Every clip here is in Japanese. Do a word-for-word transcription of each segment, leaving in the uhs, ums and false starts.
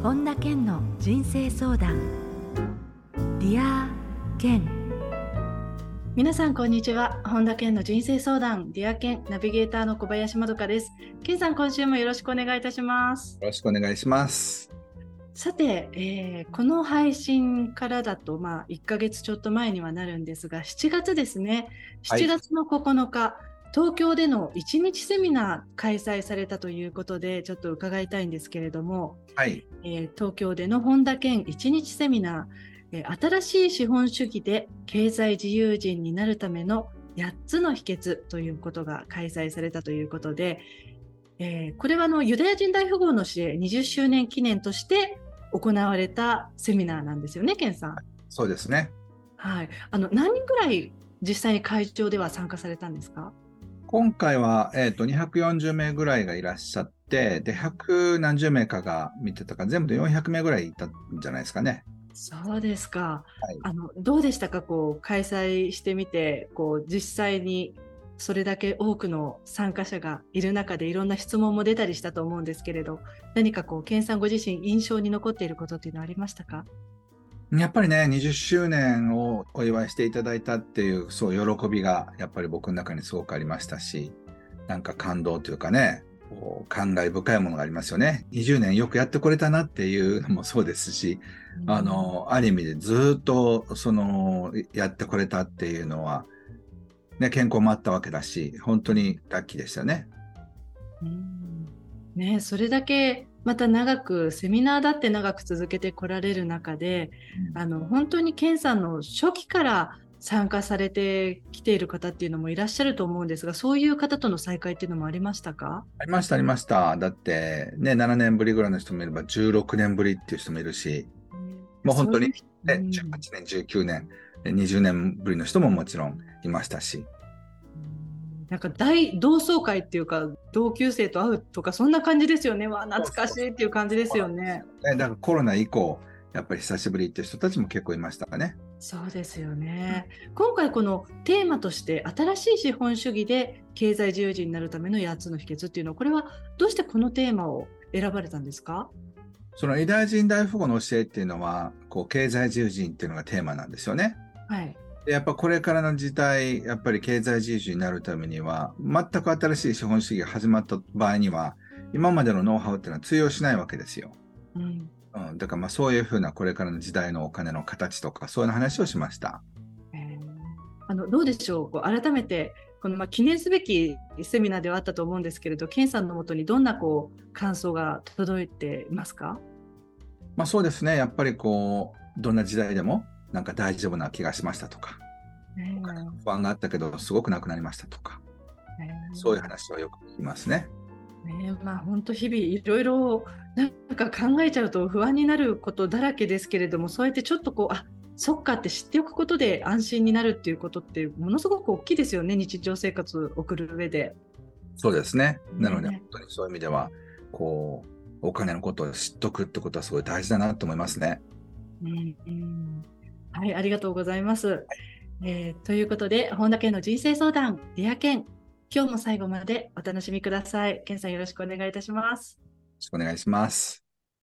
本田健の人生相談。ディア健。皆さんこんにちは。本田健の人生相談ディア健ナビゲーターの小林まどかです。健さん、今週もよろしくお願いいたします。 よろしくお願いします。 さて、えー、この配信からだと、まあ、いっかげつちょっと前にはなるんですが、しちがつですね。しちがつのここのか、はい、東京でのいちにちセミナー開催されたということで、ちょっと伺いたいんですけれども、 はいえー、東京での本田健いちにちセミナー、えー、新しい資本主義で経済自由人になるためのやっつの秘訣ということが開催されたということで、えー、これはあのユダヤ人大富豪の死へにじゅっしゅうねん記念として行われたセミナーなんですよね、健さん。 そうですね。 はい。あの何人ぐらい実際に会場では参加されたんですか？ 今回は、えーと、にひゃくよんじゅうめいぐらいがいらっしゃって、で、ひゃくなんじゅうめいかが見てたから、全部でよんひゃくめいぐらいいたんじゃないですかね。 そうですか。 はい、 あのどうでしたか、こう開催してみて、こう実際にそれだけ多くの参加者がいる中でいろんな質問も出たりしたと思うんですけれど、何かこう健さんご自身印象に残っていることっていうのはありましたか？ やっぱりね、にじゅっしゅうねんをお祝いしていただいたっていう、そう喜びがやっぱり僕の中にすごくありましたし、なんか感動というかね、こう感慨深いものがありますよね。にじゅうねんよくやってこれたなっていうのもそうですし、うん、あの、ある意味でずっとそのやってこれたっていうのは、ね、健康もあったわけだし、本当にラッキーでしたよね。 うんね、それだけまた長くセミナーだって長く続けてこられる中で、うん、あの本当に健さんの初期から参加されてきている方っていうのもいらっしゃると思うんですが、そういう方との再会っていうのもありましたか？ ありましたありました。だってね、ななねんぶりぐらいの人もいればじゅうろくねんぶりっていう人もいるし、うん、もう本当に、ね、うん、じゅうはちねんじゅうきゅうねんにじゅうねんぶりの人ももちろんいましたし、 なんか大同窓会っていうか、同級生と会うとかそんな感じですよね。わ、懐かしいっていう感じですよね。 だからコロナ以降やっぱり久しぶりっていう人たちも結構いましたかね。 そうですよね。今回このテーマとして新しい資本主義で経済自由人になるためのやっつの秘訣っていうのは、これはどうしてこのテーマを選ばれたんですか？ そのユダヤ人大富豪の教えっていうのはこう経済自由人っていうのがテーマなんですよね。 はい。 でやっぱこれからの時代、やっぱり経済自由人になるためには、全く新しい資本主義が始まった場合には、今までのノウハウっていうのは通用しないわけですよ。うんうん、だからまあそういうふうなこれからの時代のお金の形とか、そういう話をしました。 えー、あのどうでしょう、こう改めて、このまあ記念すべきセミナーではあったと思うんですけれど、健さんのもとにどんなこう感想が届いていますか？ まあそうですね、やっぱりこう、どんな時代でも、なんか大丈夫な気がしましたとか、えー、不安があったけどすごくなくなりましたとか、えー、そういう話はよく聞きますね。 ね、まあ本当日々いろいろなんか考えちゃうと不安になることだらけですけれども、そうやってちょっとこう、あ、そっかって知っておくことで安心になるっていうことってものすごく大きいですよね、日常生活を送る上で。 そうですね。なので、ね、本当にそういう意味ではこうお金のことを知っとくってことはすごい大事だなと思いますね。 うんうん、はい、ありがとうございます。はい、えー、ということで、本田健の人生相談ディア健、今日も最後までお楽しみください。健さん、よろしくお願いいたします。 よろしくお願いします。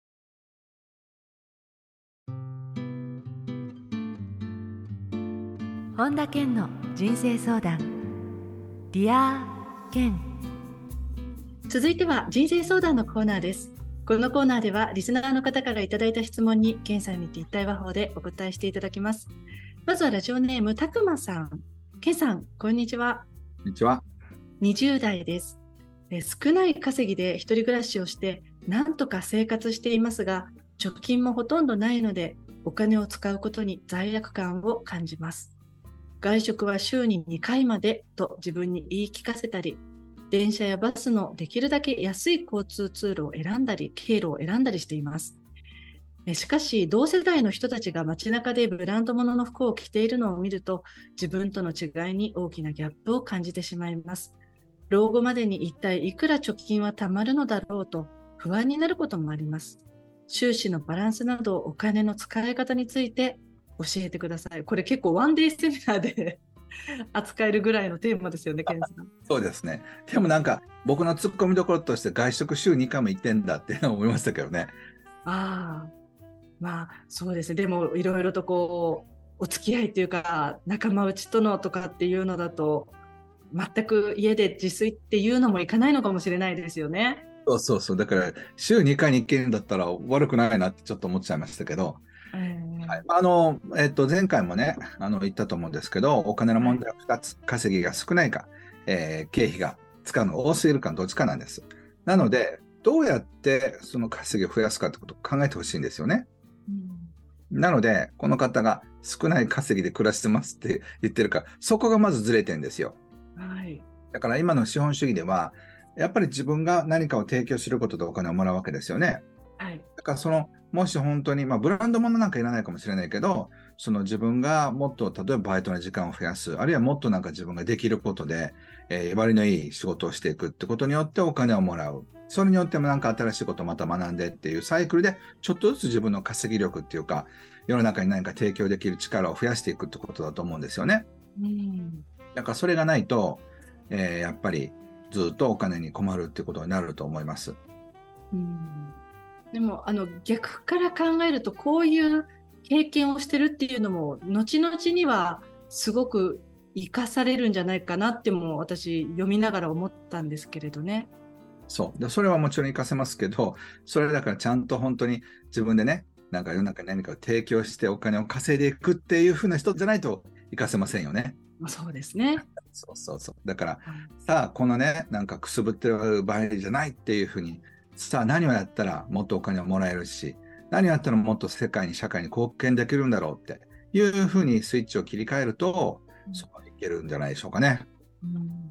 本田健の人生相談ディア健。続いては人生相談のコーナーです。このコーナーではリスナーの方からいただいた質問に健さんに一体話法でお答えしていただきます。まずはラジオネームたくまさん。健さん、こんにちは。 こんにちは。 にじゅう代です。少ない稼ぎで一人暮らしをしてなんとか生活していますが、貯金もほとんどないのでお金を使うことに罪悪感を感じます。外食は週ににかいまでと自分に言い聞かせたり、電車やバスのできるだけ安い交通通路を選んだり、経路を選んだりしています。しかし、同世代の人たちが街中でブランド物の服を着ているのを見ると、自分との違いに大きなギャップを感じてしまいます。老後までに一体いくら貯金は貯まるのだろうと不安になることもあります。収支のバランスなどお金の使い方について教えてください。これ結構ワンデーセミナーで扱えるぐらいのテーマですよね、健さん。 そうですね。でもなんか僕のツッコミどころとして外食週にかいも行ってんだって思いましたけどね。 ああ、まあそうですね。でもいろいろとこうお付き合いというか仲間内とのとかっていうのだと全く家で自炊っていうのもいかないのかもしれないですよね。 そうそうそう。だから週にかいにいっけんだったら悪くないなってちょっと思っちゃいましたけど、 えーはい、あの、えっと、前回もね、あの、言ったと思うんですけど、お金のはい問題はふたつ、稼ぎが少ないか、えー経費が使うのが多すぎるか、どっちかなんです。なので、どうやってその稼ぎを増やすかってことを考えてほしいんですよね。 うんなので、この方が少ない稼ぎで暮らしてますって言ってるから、そこがまずずれてるんですよ。 はい。 だから今の資本主義では、やっぱり自分が何かを提供することでお金をもらうわけですよね。 はい。 だからその、もし本当に、まあ、ブランド物なんかいらないかもしれないけど、その自分がもっと、例えばバイトの時間を増やす、あるいはもっとなんか自分ができることで、えー、割のいい仕事をしていくってことによってお金をもらう。それによってもなんか新しいことをまた学んでっていうサイクルで、ちょっとずつ自分の稼ぎ力っていうか、世の中に何か提供できる力を増やしていくってことだと思うんですよね。 うん。 だからそれがないと、えーやっぱりずっとお金に困るってことになると思います。 うん。でもあの逆から考えるとこういう経験をしてるっていうのも後々にはすごく生かされるんじゃないかなっても私読みながら思ったんですけれどね。 そう。で、それはもちろん活かせますけど、それだからちゃんと本当に自分でね、なんか世の中に何かを提供してお金を稼いでいくっていう風な人じゃないと活かせませんよね。 まあ、そうですね。 そうそうそう。だから、 はい。 さあ、このね、なんかくすぶってる場合じゃないっていう風に、さあ、何をやったらもっとお金をもらえるし、何をやったらもっと世界に、社会に貢献できるんだろうっていう風にスイッチを切り替えると、そこにいけるんじゃないでしょうかね。 うん。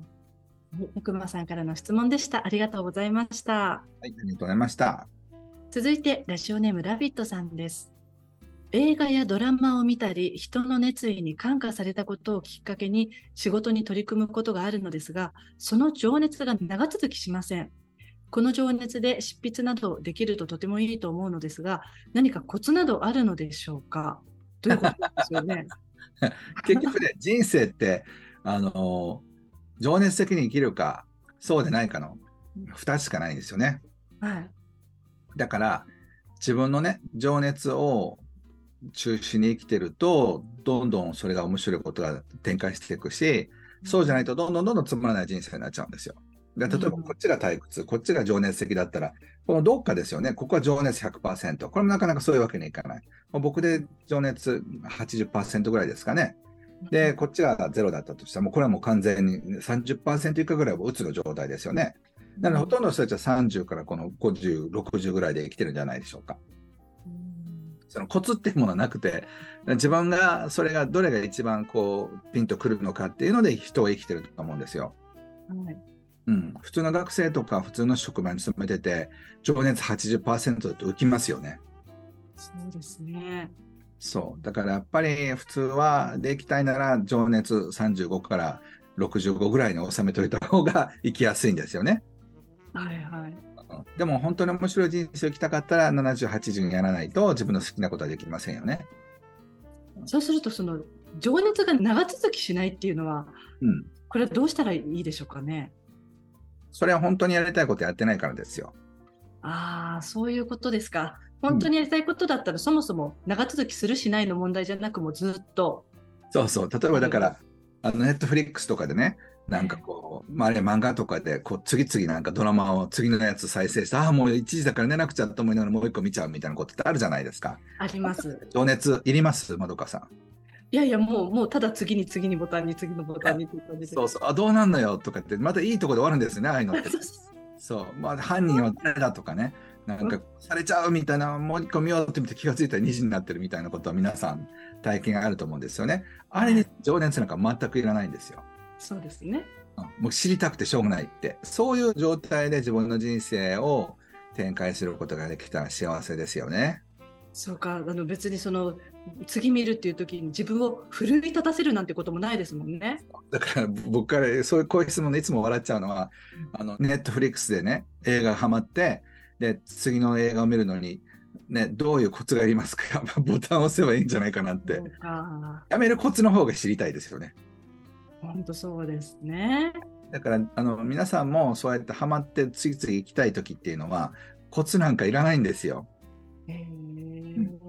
奥間さんからの質問でした。ありがとうございました。 はい、ありがとうございました。 続いてラジオネームラビットさんです。映画やドラマを見たり、人の熱意に感化されたことをきっかけに仕事に取り組むことがあるのですが、その情熱が長続きしません。この情熱で執筆などできるととてもいいと思うのですが、何かコツなどあるのでしょうか？どういうことなんですよね。 結局ね、人生って、あの、情熱的に生きるか、そうでないかのふたつしかないんですよね。 はい。 だから、自分のね、情熱を中心に生きてると、どんどんそれが面白いことが展開していくし、そうじゃないとどんどんどんどんつまらない人生になっちゃうんですよ。で例えば、こっちが退屈、こっちが情熱的だったら、このどっかですよね。ここは情熱ひゃくパーセント。これもなかなかそういうわけにいかない。僕で情熱はちじゅっパーセントぐらいですかね。で、こっちがゼロだったとしたら、もうこれはもう完全にさんじゅっパーセント以下ぐらいはうつの状態ですよね。なので、ほとんどの人たちはさんじゅうからこのごじゅう、ろくじゅうぐらいで生きてるんじゃないでしょうか。そのコツっていうものはなくて、自分が、それがどれが一番こう、ピンとくるのかっていうので人を生きてると思うんですよ。 はい。 うん。普通の学生とか普通の職場に勤めてて、情熱はちじゅっパーセントだと浮きますよね。 そうですね。 そう。だからやっぱり普通はできたいなら情熱さんじゅうごからろくじゅうごぐらいに収めといた方が生きやすいんですよね。 はいはい。 うんでも本当に面白い人生を生きたかったらななじゅう、はちじゅうにやらないと自分の好きなことはできませんよね。 そうすると、その情熱が長続きしないっていうのは、 うん。 これはどうしたらいいでしょうかね。 それは本当にやりたいことやってないからですよ。 ああ、そういうことですか。 うん。 本当にやりたいことだったら、そもそも長続きするしないの問題じゃなく、もうずっとそうそう。例えばある。 だから、あの、ネットフリックスとかでね、なんかこう、まあ、あれ漫画とかで、こう、次々なんかドラマを次のやつ再生して、ああ、もういちじだから寝なくちゃと思いながらもう一個見ちゃうみたいなことってあるじゃないですか。 あります。 情熱いりますまどかさん。 いやいや、もう、もうただ次に次にボタンに次のボタンにっていう感じで。 そうそう、あ、どうなんのよとかって、またいいところで終わるんですよね、ああいうのって。そう、まあ、犯人は誰だとかね、なんかされちゃうみたいな、もう一個見ようって見て気がついたらにじになってるみたいなことは皆さん体験があると思うんですよね。あれに情熱なんか全くいらないんですよ。 そうですね。 うんもう知りたくてしょうがないって、そういう状態で自分の人生を展開することができたら幸せですよね。 そうか、あの別にその次見るっていう時に自分を奮い立たせるなんてこともないですもんね。 だから僕からそういうこういう質問でいつも笑っちゃうのは、あのネットフリックスでね、映画がハマって、で、次の映画を見るのに、ね、どういうコツがいりますかボタンを押せばいいんじゃないかなって。 そうか、 やめるコツの方が知りたいですよね。 本当そうですね。 だから、あの、皆さんもそうやってハマって次々行きたい時っていうのは、コツなんかいらないんですよ。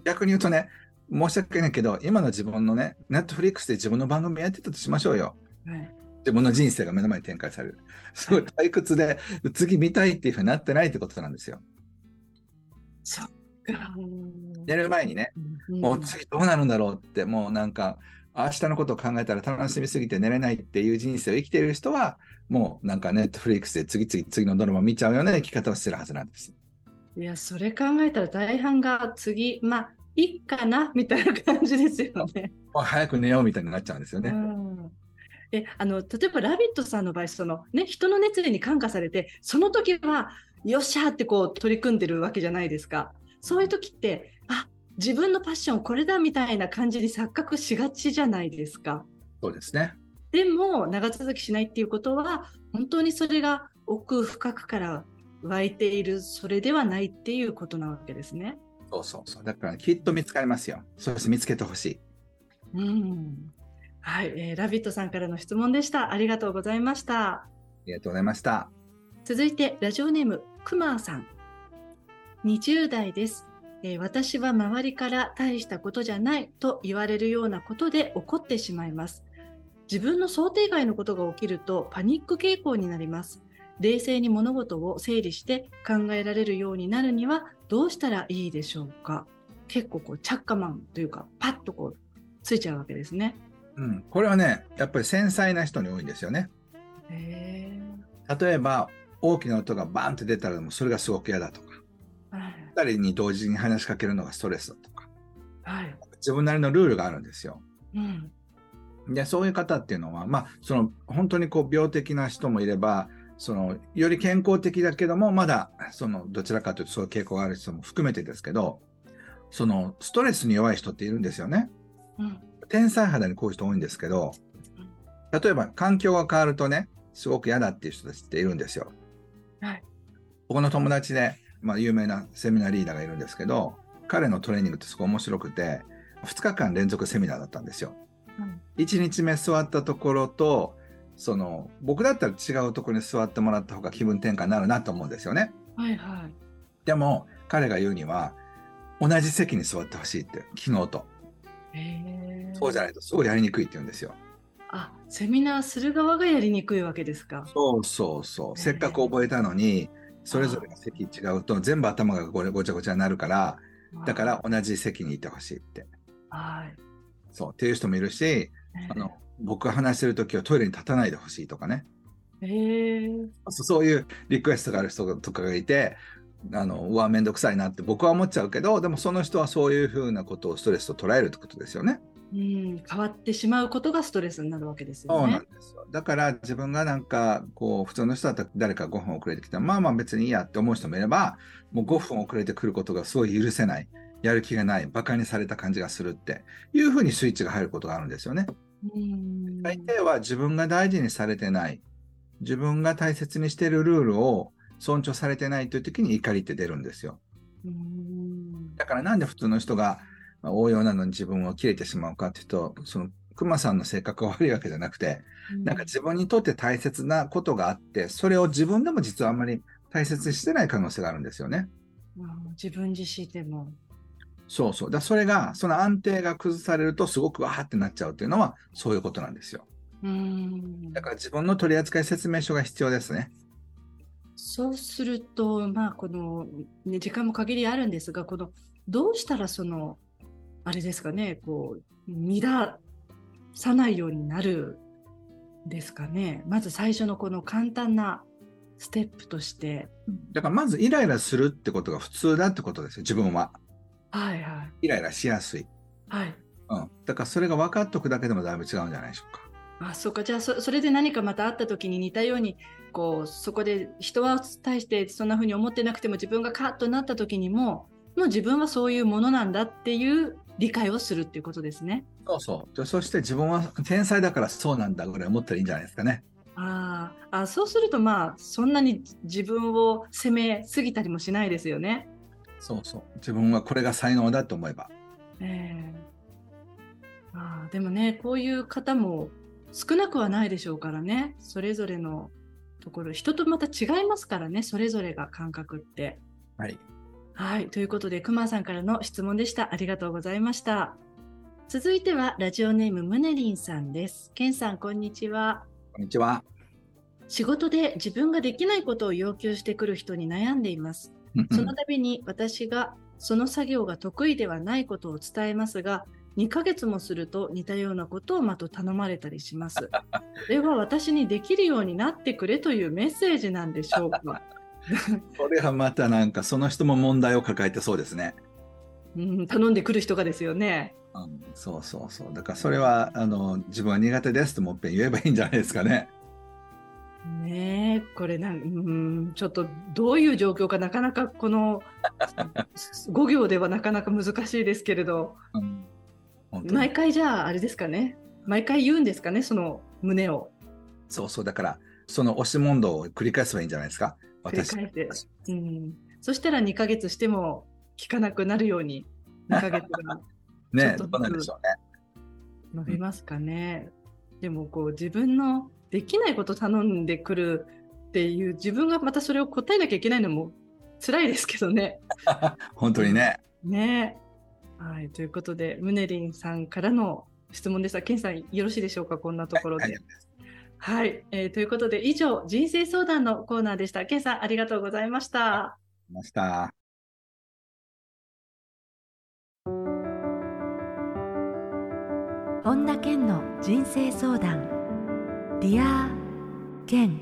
逆に言うとね、申し訳ないけど、今の自分のね、ネットフリックスで自分の番組やってたとしましょうよ。 はい。 自分の人生が目の前に展開される。すごい退屈で、次見たいっていうふうになってないってことなんですよ。 そっか。 寝る前にね、 うん、 もう次どうなるんだろうって、もうなんか、明日のことを考えたら楽しみすぎて寝れないっていう人生を生きている人は、もうなんかネットフリックスで次々次のドラマ見ちゃうような生き方をしてるはずなんです。 いや、それ考えたら大半が次、まあ、いいかなみたいな感じですよね。 もう早く寝ようみたいになっちゃうんですよね。 うん、えあの例えば「ラビット!」さんの場合、その、ね、人の熱意に感化されて、その時はよっしゃーってこう取り組んでるわけじゃないですか。そういう時って、あ、自分のパッションこれだみたいな感じに錯覚しがちじゃないですか。 そうですね。 でも長続きしないっていうことは、本当にそれが奥深くから湧いているそれではないっていうことなわけですね。 そうそうそう。だからきっと見つかりますよ。そして見つけてほしい。 うん、はい、えー、ラビットさんからの質問でした。ありがとうございました。 ありがとうございました。 続いてラジオネームくまさん、にじゅう代です。えー、私は周りから大したことじゃないと言われるようなことで怒ってしまいます。自分の想定外のことが起きるとパニック傾向になります。冷静に物事を整理して考えられるようになるにはどうしたらいいでしょうか。結構こうチャッカマンというか、パッとこうついちゃうわけですね。 うん、これはね、やっぱり繊細な人に多いんですよね。 へ例えば、大きな音がバーンって出たらもうそれがすごく嫌だとか、ふたりに同時に話しかけるのがストレスだとか、 はい、 自分なりのルールがあるんですよ。 うん、 で、そういう方っていうのは、まあ、その本当にこう病的な人もいれば、そのより健康的だけども、まだそのどちらかというとそういう傾向がある人も含めてですけど、そのストレスに弱い人っているんですよね。 うん、 天才肌にこういう人多いんですけど、例えば環境が変わるとね、すごく嫌だっていう人たちっているんですよ。 はい、 僕の友達で、まあ、有名なセミナーリーダーがいるんですけど、彼のトレーニングってすごい面白くて、ふつかかん連続セミナーだったんですよ。うん、いちにちめ座ったところと、その僕だったら違うところに座ってもらった方が気分転換になるなと思うんですよね。 はいはい。 でも彼が言うには、同じ席に座ってほしいって、昨日と。へー。そうじゃないとすごいやりにくいって言うんですよ。 あ、セミナーする側がやりにくいわけですか。 そうそうそう。せっかく覚えたのに、それぞれが席違うと全部頭がごごちゃごちゃになるから、だから同じ席にいてほしいって。はい。そうっていう人もいるし、あの僕が話してるときはトイレに立たないでほしいとかね。へー。そういうリクエストがある人とかがいて、あのうわめんどくさいなって僕は思っちゃうけど、でもその人はそういうふうなことをストレスと捉えるってことですよね。うん、 変わってしまうことがストレスになるわけですよね。 そうなんですよ。だから自分がなんかこう普通の人だったら誰かごふん遅れてきたらまあまあ別にいいやって思う人もいれば、もうごふん遅れてくることがすごい許せない、やる気がない、バカにされた感じがするっていうふうにスイッチが入ることがあるんですよね。うん、大抵は自分が大事にされてない、自分が大切にしているルールを尊重されてないという時に怒りって出るんですよ。うん、だからなんで普通の人がまあ、応用なのに自分を切れてしまうかっていうと、その熊さんの性格が悪いわけじゃなくて、うん、なんか自分にとって大切なことがあって、それを自分でも実はあんまり大切にしてない可能性があるんですよね。 うん、自分自身でも。 そうそう。だそれが、その安定が崩されるとすごくわーってなっちゃうっていうのはそういうことなんですよ。うん、だから自分の取扱説明書が必要ですね。 そうすると、まあこの、ね、時間も限りあるんですが、このどうしたらそのあれですかね、こう乱さないようになるですかね。まず最初のこの簡単なステップとして。 だからまずイライラするってことが普通だってことですよ、自分は。 はいはい。 イライラしやすい。はい。うん。だからそれが分かっておくだけでもだいぶ違うんじゃないでしょうか。 あ、そうか。じゃあ そ, それで何かまた会った時に似たようにこうそこで人は対してそんな風に思ってなくても自分がカッとなった時にももう自分はそういうものなんだっていう理解をするっていうことですね。 そうそう。そして自分は天才だからそうなんだぐらい思ったらいいんじゃないですかね。 ああ、そうするとまあそんなに自分を責めすぎたりもしないですよね。 そうそう。自分はこれが才能だと思えば。 えー、あでもね、こういう方も少なくはないでしょうからね。それぞれのところ人とまた違いますからね、それぞれが感覚って。 はい。 はい、ということで、くまさんからの質問でした。ありがとうございました。続いては、ラジオネームむねりんさんです。けんさん、こんにちは。 こんにちは。 仕事で自分ができないことを要求してくる人に悩んでいます。その度に私がその作業が得意ではないことを伝えますが、にかげつもすると似たようなことをまた頼まれたりします。これは私にできるようになってくれというメッセージなんでしょうか。 これはまたなんかその人も問題を抱えてそうですね。 うん、頼んでくる人がですよね。 うん、そうそうそう。だからそれはあの自分は苦手ですともっぺん言えばいいんじゃないですかね。 ねえ、これなん、うん、ちょっとどういう状況かなかなかこのご行ではなかなか難しいですけれど、 うん、本当に毎回じゃああれですかね、毎回言うんですかね、その旨をそうそう。だからその押し問答を繰り返せばいいんじゃないですか。 繰り私。 返して、うん、そしたらにかげつしても聞かなくなるようににかげつがちょっね、 とどうなんでずつしょうね。 伸びますかね。でもこう自分のできないこと頼んでくるっていう自分がまたそれを答えなきゃいけないのも辛いですけどね。 本当にね。 ね。はい、ということでムネリンさんからの質問でした。ケンさんよろしいでしょうか、こんなところで。 はいはいはい、えー、ということで以上人生相談のコーナーでした。ケンさんありがとうございました。 ました。 本田健の人生相談。ディア健。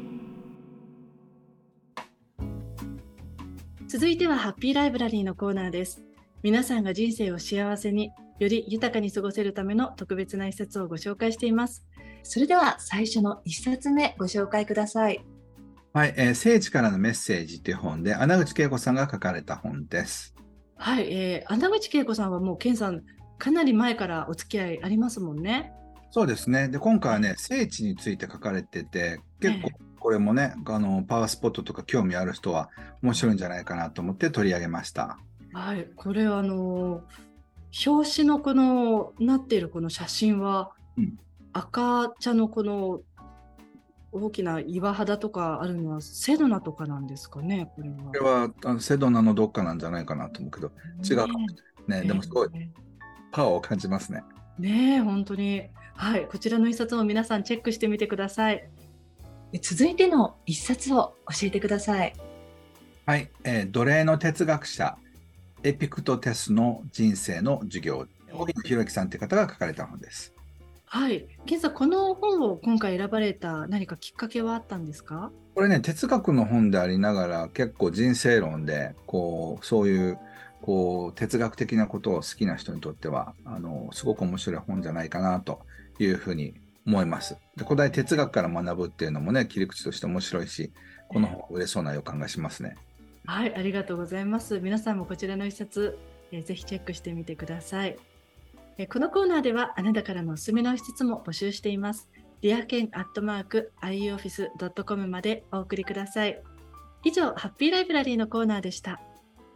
続いてはハッピーライブラリーのコーナーです。皆さんが人生を幸せにより豊かに過ごせるための特別な一冊をご紹介しています。それでは最初の一冊目ご紹介ください。 はい、えー、聖地からのメッセージという本で、穴口恵子さんが書かれた本です。 はい、えー、穴口恵子さんはもう健さんかなり前からお付き合いありますもんね。 そうですね。で、今回はね、聖地について書かれてて、結構これもね、あのパワースポットとか興味ある人は面白いんじゃないかなと思って取り上げました。 はい、これあの表紙のこのなっているこの写真は、うん、赤茶のこの大きな岩肌とかあるのはセドナとかなんですかね、これは。 これはあのセドナのどっかなんじゃないかなと思うけど、違うかもしれないね。でもすごいパワーを感じますね。 ねえ、本当に。はい、こちらの一冊を皆さんチェックしてみてください。続いての一冊を教えてください。 はい、えー、奴隷の哲学者エピクトテスの人生の授業、荻野博之さんという方が書かれた本です。 はい、現在この本を今回選ばれた何かきっかけはあったんですか？ これね、哲学の本でありながら結構人生論でこうそういうこう哲学的なことを好きな人にとってはあのすごく面白い本じゃないかなというふうに思います。で、古代哲学から学ぶっていうのもね、切り口として面白いし、この本売れそうな予感がしますね。 はい、ありがとうございます。皆さんもこちらの一冊、えー、ぜひチェックしてみてください。えー、このコーナーではあなたからのおすすめの一冊も募集しています。ディアケンアットマーク アイオフィスドットコム までお送りください。以上、ハッピーライブラリーのコーナーでした。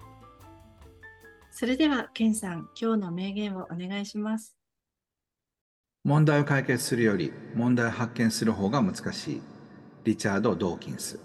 それでは、ケンさん、今日の名言をお願いします。 問題を解決するより問題を発見する方が難しい。リチャード・ドーキンス。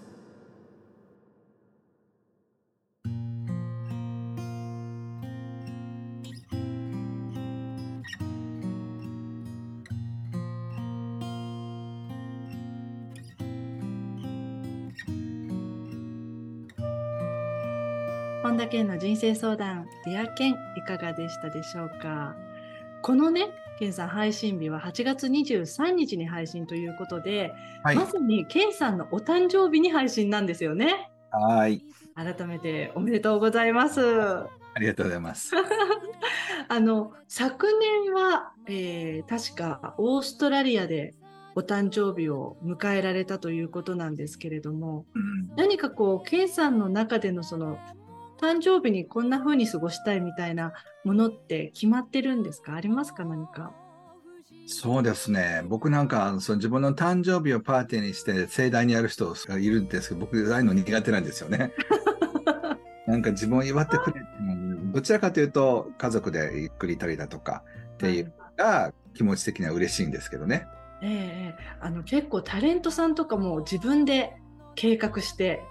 本田健の人生相談、ディア健、いかがでしたでしょうか。このね、健さん配信日ははちがつにじゅうさんにちに配信ということで、はい、まさに健さんのお誕生日に配信なんですよね。 はい。 改めておめでとうございます。 ありがとうございます。 あの昨年は、えー、確かオーストラリアでお誕生日を迎えられたということなんですけれども、うん、何かこう健さんの中でのその誕生日にこんな風に過ごしたいみたいなものって決まってるんですか？ありますか？何か。 そうですね。僕なんかその自分の誕生日をパーティーにして盛大にやる人がいるんですけど、僕ああいうの苦手なんですよね。なんか自分を祝ってくれっていうどちらかというと家族でゆっくりいたりだとかっていうのが気持ち的には嬉しいんですけどね。 ええ、あの結構タレントさんとかも自分で計画して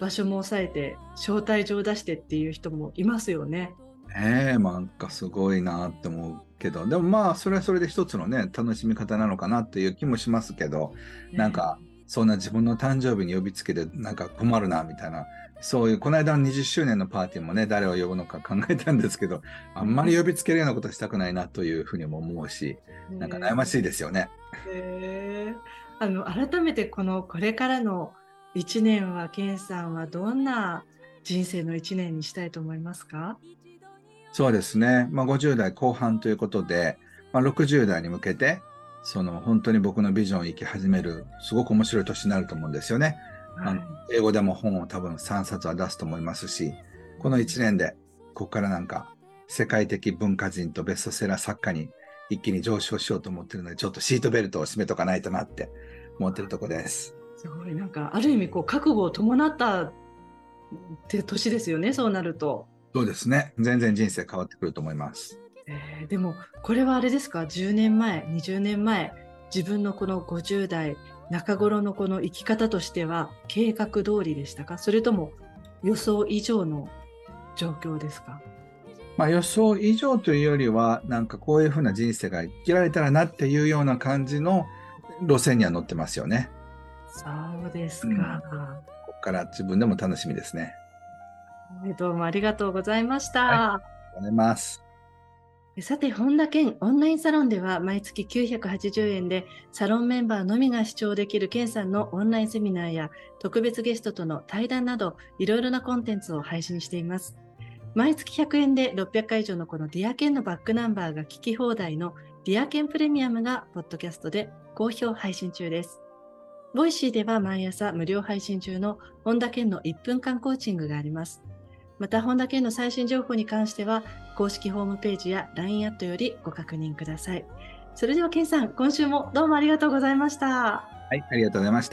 場所も抑えて招待状を出してっていう人もいますよね。 ええ、なんかすごいなって思うけど、でもまあそれはそれで一つのね楽しみ方なのかなっていう気もしますけど、なんかそんな自分の誕生日に呼びつけてなんか困るなみたいな、そういうこの間のにじゅっしゅうねんのパーティーもね誰を呼ぶのか考えたんですけど、あんまり呼びつけるようなことしたくないなというふうにも思うし、なんか悩ましいですよね。 へーあの改めてこのこれからのいちねんは健さんはどんな人生のいちねんにしたいと思いますか？ そうですね。まあ、ごじゅう代後半ということで、まあ、ろくじゅう代に向けて、その本当に僕のビジョンを生き始める、すごく面白い年になると思うんですよね。あのは英語でも本を多分さんさつは出すと思いますし、このいちねんで、ここからなんか世界的文化人とベストセラー作家に一気に上昇しようと思ってるので、ちょっとシートベルトを締めとかないとなって思ってるところです。 い、すごいなんかある意味こう覚悟を伴ったって年ですよね、そうなると。 そうですね。全然人生変わってくると思います。 えーでもこれはあれですか、じゅうねんまえにじゅうねんまえ自分のこのごじゅう代中頃のこの生き方としては計画通りでしたか、それとも予想以上の状況ですか？ まあ予想以上というよりは、なんかこういうふうな人生が生きられたらなっていうような感じの路線には乗ってますよね。 そうですうん。 か。 ここから自分でも楽しみですね。 どうもありがとうございましはい。ありた。 がとうございます。 さて、本田健オンラインサロンでは毎月きゅうひゃくはちじゅうえんでサロンメンバーのみが視聴できる健さんのオンラインセミナーや特別ゲストとの対談などいろいろなコンテンツを配信しています。毎月ひゃくえんでろっぴゃっかい以上のこのディアケンのバックナンバーが聞き放題のディアケンプレミアムがポッドキャストで好評配信中です。ボイシーでは毎朝無料配信中の本田健のいっぷんかんコーチングがあります。また、本田健の最新情報に関しては、公式ホームページや ライン アットよりご確認ください。それでは、健さん、今週もどうもありがとうございました。 はい、ありがとうございました。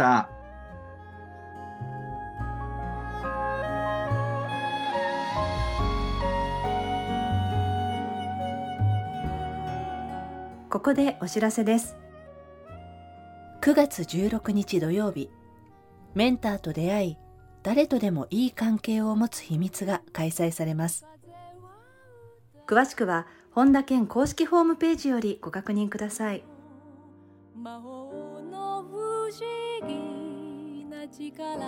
ここでお知らせです。くがつじゅうろくにち土曜日、メンターと出会い、誰とでもいい関係を持つ秘密が開催されます。詳しくは本田健公式ホームページよりご確認ください。魔法の不思議な力、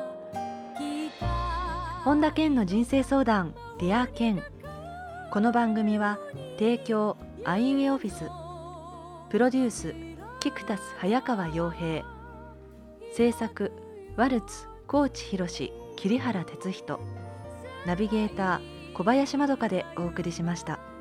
本田健の人生相談ディア健。この番組は提供アイウェイオフィス、プロデュースキクタス早川洋平、制作ワルツ高知博桐原哲人、ナビゲーター小林まどかでお送りしました。